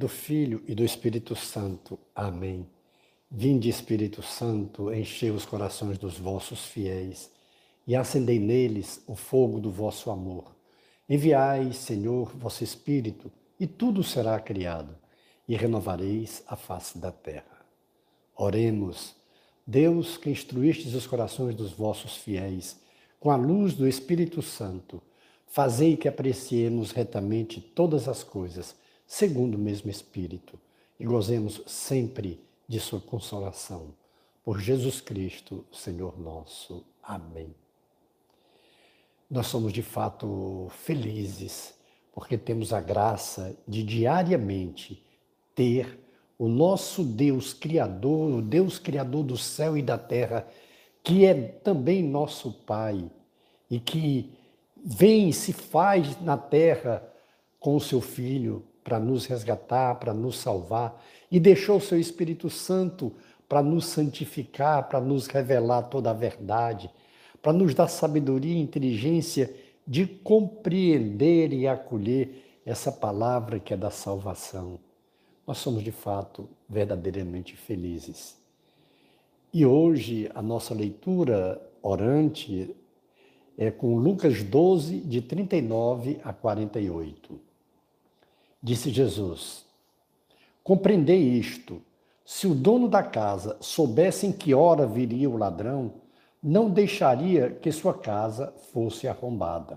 do Filho e do Espírito Santo. Amém. Vinde, Espírito Santo, enchei os corações dos vossos fiéis e acendei neles o fogo do vosso amor. Enviai, Senhor, vosso Espírito, e tudo será criado, e renovareis a face da terra. Oremos. Deus, que instruístes os corações dos vossos fiéis com a luz do Espírito Santo, fazei que apreciemos retamente todas as coisas, segundo o mesmo Espírito, e gozemos sempre de sua consolação. Por Jesus Cristo, Senhor nosso. Amém. Nós somos de fato felizes, porque temos a graça de diariamente ter o nosso Deus Criador, o Deus Criador do céu e da terra, que é também nosso Pai, e que vem e se faz na terra com o seu Filho para nos resgatar, para nos salvar, e deixou o seu Espírito Santo para nos santificar, para nos revelar toda a verdade, para nos dar sabedoria e inteligência de compreender e acolher essa palavra que é da salvação. Nós somos, de fato, verdadeiramente felizes. E hoje a nossa leitura orante é com Lucas 12, de 39 a 48. Disse Jesus: compreendei isto, se o dono da casa soubesse em que hora viria o ladrão, não deixaria que sua casa fosse arrombada.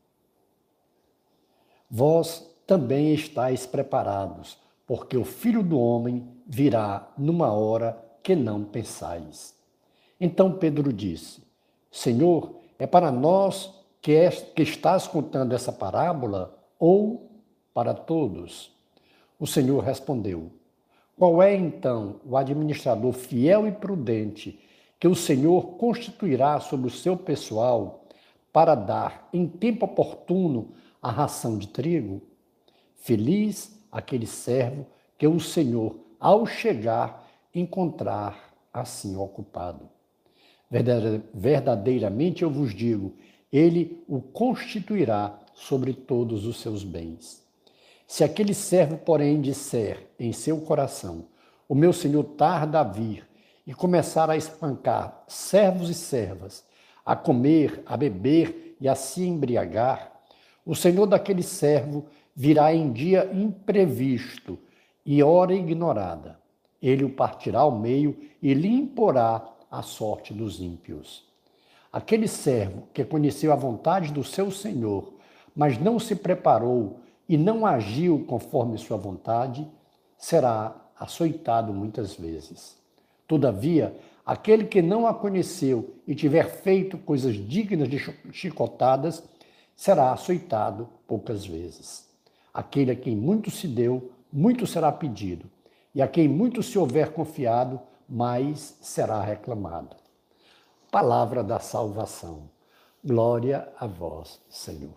Vós também estáis preparados, porque o Filho do Homem virá numa hora que não pensais. Então Pedro disse: Senhor, é para nós que estás contando essa parábola ou para todos? O Senhor respondeu: qual é então o administrador fiel e prudente que o Senhor constituirá sobre o seu pessoal para dar em tempo oportuno a ração de trigo? Feliz aquele servo que o Senhor, ao chegar, encontrar assim ocupado. Verdadeiramente eu vos digo, ele o constituirá sobre todos os seus bens. Se aquele servo, porém, disser em seu coração: o meu senhor tarda a vir, e começar a espancar servos e servas, a comer, a beber e a se embriagar, o senhor daquele servo virá em dia imprevisto e hora ignorada. Ele o partirá ao meio e lhe imporá a sorte dos ímpios. Aquele servo que conheceu a vontade do seu senhor, mas não se preparou e não agiu conforme sua vontade, será açoitado muitas vezes. Todavia, aquele que não a conheceu e tiver feito coisas dignas de chicotadas, será açoitado poucas vezes. Aquele a quem muito se deu, muito será pedido, e a quem muito se houver confiado, mais será reclamado. Palavra da salvação. Glória a vós, Senhor.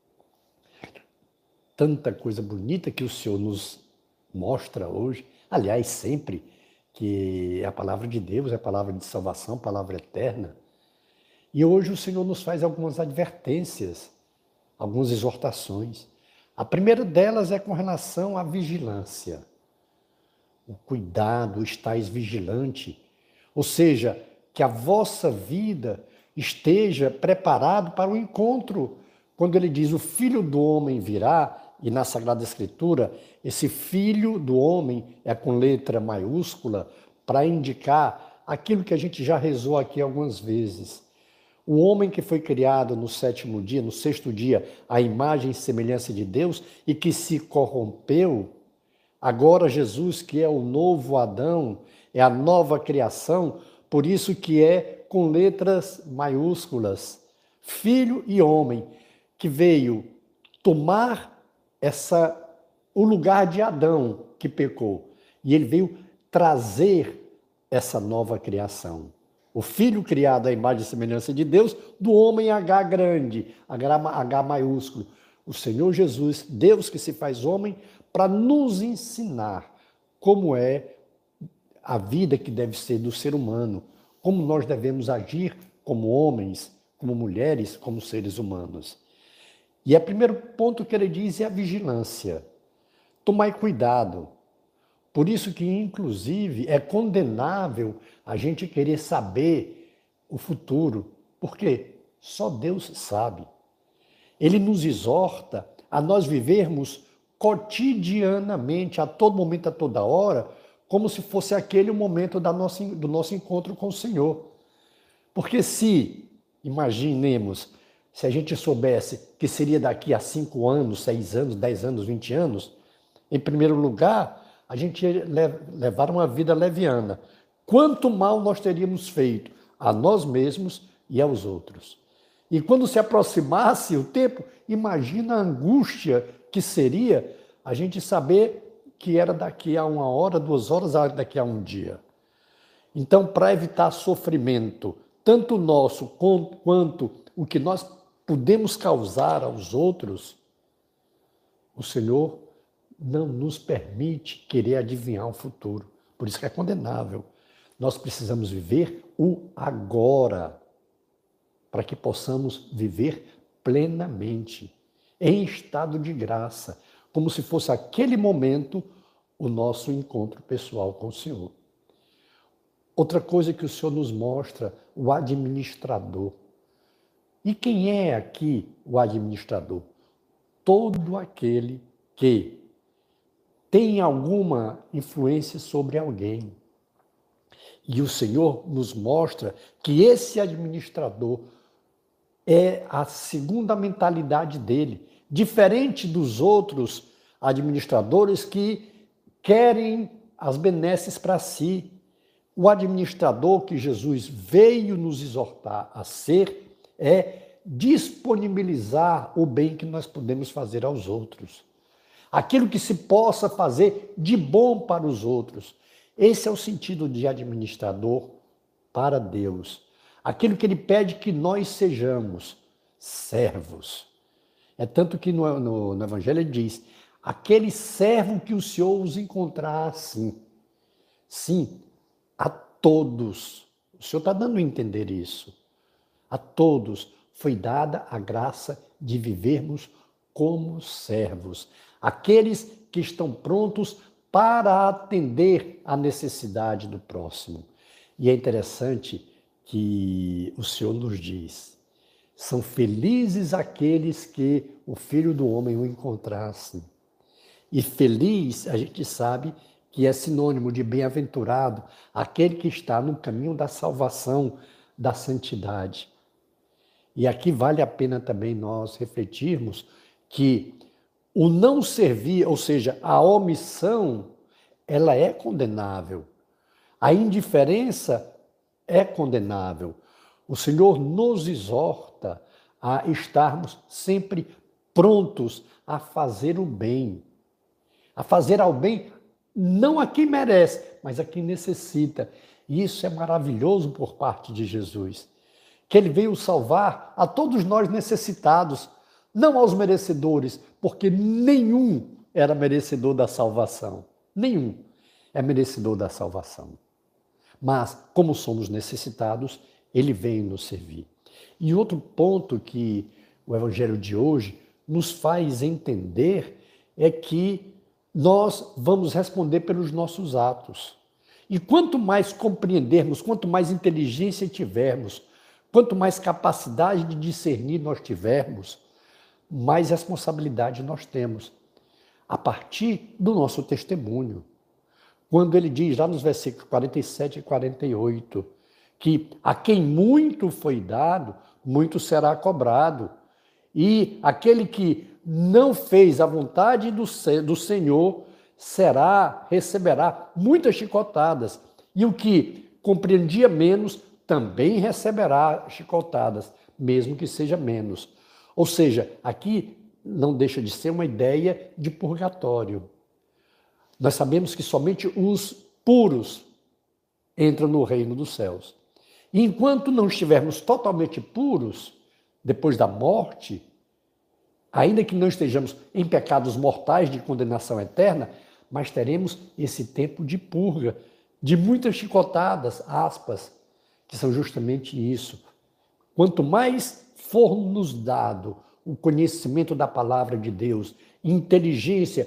Tanta coisa bonita que o Senhor nos mostra hoje, aliás, sempre, que a palavra de Deus é a palavra de salvação, palavra eterna. E hoje o Senhor nos faz algumas advertências, algumas exortações. A primeira delas é com relação à vigilância. O cuidado, estáis vigilante, ou seja, que a vossa vida esteja preparado para o encontro. Quando ele diz o Filho do Homem virá, e na Sagrada Escritura, esse Filho do Homem é com letra maiúscula para indicar aquilo que a gente já rezou aqui algumas vezes. O homem que foi criado no sétimo dia, no sexto dia, à imagem e semelhança de Deus e que se corrompeu, agora Jesus, que é o novo Adão, é a nova criação, por isso que é com letras maiúsculas. Filho e homem, que veio tomar o lugar de Adão que pecou. E ele veio trazer essa nova criação. O Filho criado à imagem e semelhança de Deus, do homem H grande, H maiúsculo. O Senhor Jesus, Deus que se faz homem, para nos ensinar como é a vida que deve ser do ser humano, como nós devemos agir como homens, como mulheres, como seres humanos. E o primeiro ponto que ele diz é a vigilância. tomai cuidado. Por isso que, inclusive, é condenável a gente querer saber o futuro, porque só Deus sabe. Ele nos exorta a nós vivermos cotidianamente, a todo momento, a toda hora, como se fosse aquele o momento do nosso encontro com o Senhor. Porque imaginemos, se a gente soubesse que seria daqui a 5 anos, 6 anos, 10 anos, 20 anos, em primeiro lugar, a gente ia levar uma vida leviana. Quanto mal nós teríamos feito a nós mesmos e aos outros. E quando se aproximasse o tempo, imagina a angústia que seria a gente saber que era daqui a 1 hora, 2 horas, daqui a 1 dia. Então, para evitar sofrimento, tanto nosso quanto o que nós podemos causar aos outros, o Senhor não nos permite querer adivinhar o futuro. Por isso que é condenável. Nós precisamos viver o agora, para que possamos viver plenamente, em estado de graça, como se fosse aquele momento o nosso encontro pessoal com o Senhor. Outra coisa que o Senhor nos mostra, o administrador. E quem é aqui o administrador? Todo aquele que tem alguma influência sobre alguém. E o Senhor nos mostra que esse administrador é a segunda mentalidade dele, diferente dos outros administradores que querem as benesses para si. O administrador que Jesus veio nos exortar a ser é disponibilizar o bem que nós podemos fazer aos outros. Aquilo que se possa fazer de bom para os outros. Esse é o sentido de administrador para Deus. Aquilo que ele pede que nós sejamos servos. É tanto que no Evangelho ele diz, aquele servo que o Senhor os encontrar assim. Sim, a todos. O Senhor está dando a entender isso. A todos foi dada a graça de vivermos como servos. Aqueles que estão prontos para atender à necessidade do próximo. E é interessante que o Senhor nos diz, são felizes aqueles que o Filho do Homem o encontrasse. E feliz, a gente sabe que é sinônimo de bem-aventurado, aquele que está no caminho da salvação, da santidade. E aqui vale a pena também nós refletirmos que o não servir, ou seja, a omissão, ela é condenável. A indiferença é condenável. O Senhor nos exorta a estarmos sempre prontos a fazer o bem. A fazer ao bem não a quem merece, mas a quem necessita. E isso é maravilhoso por parte de Jesus. Que ele veio salvar a todos nós necessitados, não aos merecedores, porque nenhum era merecedor da salvação. Nenhum é merecedor da salvação. Mas, como somos necessitados, ele veio nos servir. E outro ponto que o Evangelho de hoje nos faz entender é que nós vamos responder pelos nossos atos. E quanto mais compreendermos, quanto mais inteligência tivermos, quanto mais capacidade de discernir nós tivermos, mais responsabilidade nós temos, a partir do nosso testemunho. Quando ele diz, lá nos versículos 47 e 48, que a quem muito foi dado, muito será cobrado. E aquele que não fez a vontade do Senhor, receberá muitas chicotadas. E o que compreendia menos, também receberá chicotadas, mesmo que seja menos. Ou seja, aqui não deixa de ser uma ideia de purgatório. Nós sabemos que somente os puros entram no reino dos céus. E enquanto não estivermos totalmente puros, depois da morte, ainda que não estejamos em pecados mortais de condenação eterna, mas teremos esse tempo de purga, de muitas chicotadas, aspas, que são justamente isso. Quanto mais for nos dado o conhecimento da palavra de Deus, inteligência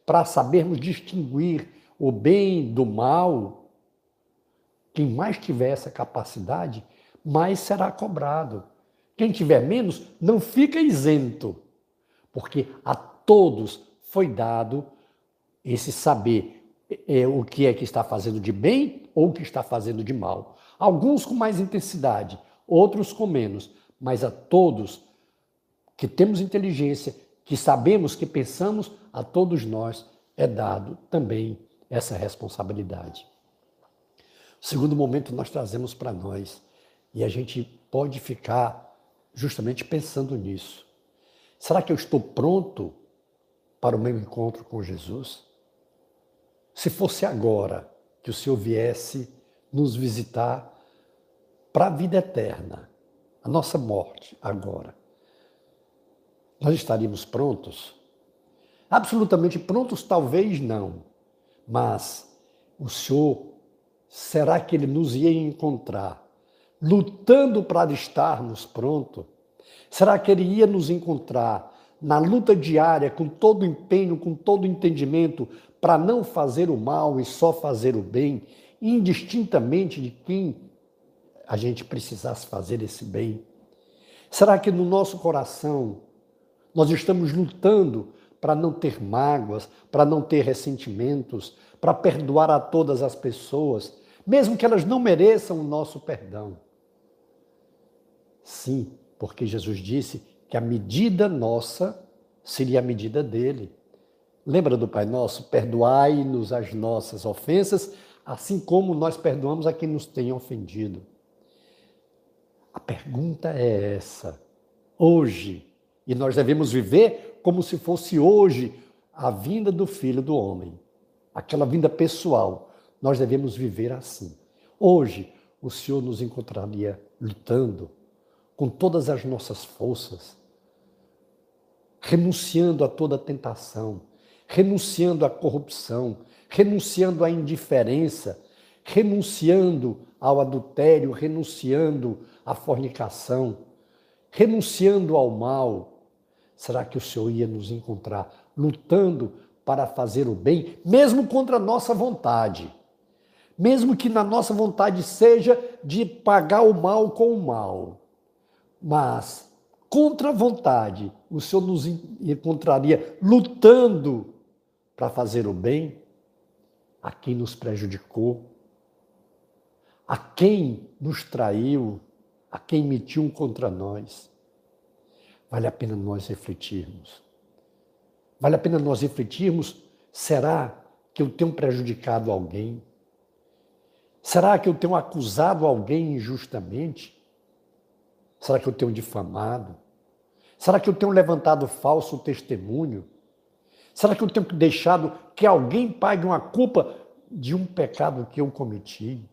para sabermos distinguir o bem do mal, quem mais tiver essa capacidade, mais será cobrado. Quem tiver menos, não fica isento, porque a todos foi dado esse saber o que é que está fazendo de bem ou o que está fazendo de mal. Alguns com mais intensidade, outros com menos, mas a todos que temos inteligência, que sabemos, que pensamos, a todos nós é dado também essa responsabilidade. O segundo momento nós trazemos para nós, e a gente pode ficar justamente pensando nisso. Será que eu estou pronto para o meu encontro com Jesus? Se fosse agora que o Senhor viesse nos visitar para a vida eterna, a nossa morte agora, nós estaríamos prontos? Absolutamente prontos, talvez não, mas o Senhor, será que Ele nos ia encontrar lutando para estarmos prontos? Será que Ele ia nos encontrar na luta diária, com todo o empenho, com todo o entendimento, para não fazer o mal e só fazer o bem, indistintamente de quem a gente precisasse fazer esse bem? Será que no nosso coração nós estamos lutando para não ter mágoas, para não ter ressentimentos, para perdoar a todas as pessoas, mesmo que elas não mereçam o nosso perdão? Sim, porque Jesus disse que a medida nossa seria a medida dele. Lembra do Pai Nosso? Perdoai-nos as nossas ofensas, assim como nós perdoamos a quem nos tem ofendido. A pergunta é essa. Hoje, e nós devemos viver como se fosse hoje a vinda do Filho do Homem, aquela vinda pessoal. Nós devemos viver assim. Hoje, o Senhor nos encontraria lutando com todas as nossas forças, renunciando a toda tentação, renunciando à corrupção, renunciando à indiferença, renunciando ao adultério, renunciando à fornicação, renunciando ao mal. Será que o Senhor ia nos encontrar lutando para fazer o bem, mesmo contra a nossa vontade? Mesmo que na nossa vontade seja de pagar o mal com o mal. Mas, contra a vontade, o Senhor nos encontraria lutando para fazer o bem a quem nos prejudicou, a quem nos traiu, a quem mentiu contra nós. Vale a pena nós refletirmos. Vale a pena nós refletirmos, será que eu tenho prejudicado alguém? Será que eu tenho acusado alguém injustamente? Será que eu tenho difamado? Será que eu tenho levantado falso testemunho? Será que eu tenho deixado que alguém pague uma culpa de um pecado que eu cometi?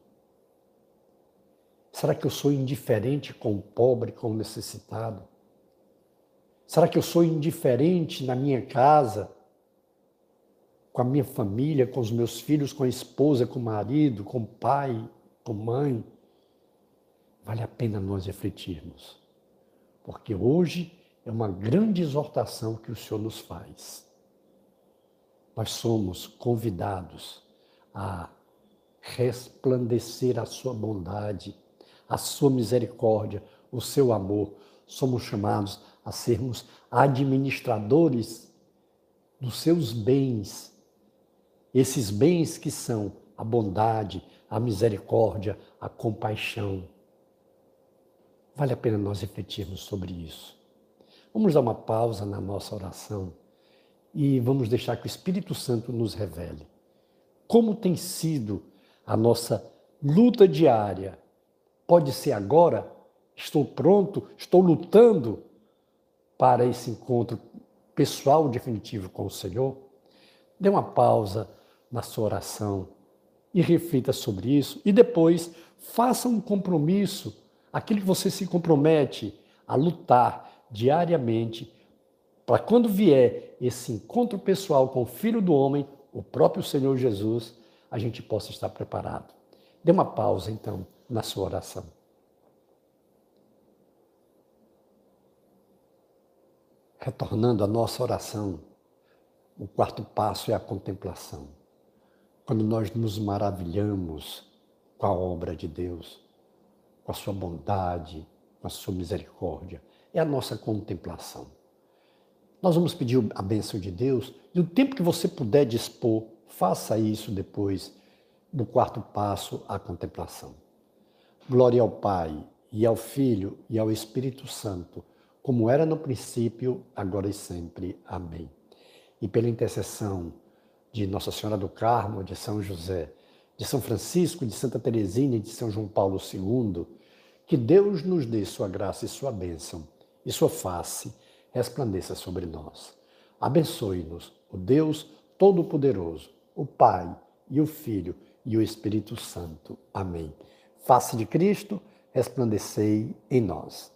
Será que eu sou indiferente com o pobre, com o necessitado? Será que eu sou indiferente na minha casa, com a minha família, com os meus filhos, com a esposa, com o marido, com o pai, com a mãe? Vale a pena nós refletirmos, porque hoje é uma grande exortação que o Senhor nos faz. Nós somos convidados a resplandecer a sua bondade, a sua misericórdia, o seu amor. Somos chamados a sermos administradores dos seus bens, esses bens que são a bondade, a misericórdia, a compaixão. Vale a pena nós refletirmos sobre isso. Vamos dar uma pausa na nossa oração e vamos deixar que o Espírito Santo nos revele como tem sido a nossa luta diária. Pode ser agora, estou pronto, estou lutando para esse encontro pessoal definitivo com o Senhor. Dê uma pausa na sua oração e reflita sobre isso e depois faça um compromisso, aquilo que você se compromete a lutar diariamente para quando vier esse encontro pessoal com o Filho do Homem, o próprio Senhor Jesus, a gente possa estar preparado. Dê uma pausa, então, na sua oração. Retornando à nossa oração, O quarto passo é a contemplação. Quando nós nos maravilhamos com a obra de Deus, com a sua bondade, com a sua misericórdia, é a nossa contemplação. Nós vamos pedir a bênção de Deus e o tempo que você puder dispor, faça isso depois do quarto passo, a contemplação. Glória ao Pai, e ao Filho, e ao Espírito Santo, como era no princípio, agora e sempre. Amém. E pela intercessão de Nossa Senhora do Carmo, de São José, de São Francisco, de Santa Teresinha e de São João Paulo II, que Deus nos dê sua graça e sua bênção, e sua face resplandeça sobre nós. Abençoe-nos o Deus Todo-Poderoso, o Pai e o Filho e o Espírito Santo. Amém. Face de Cristo, resplandecei em nós.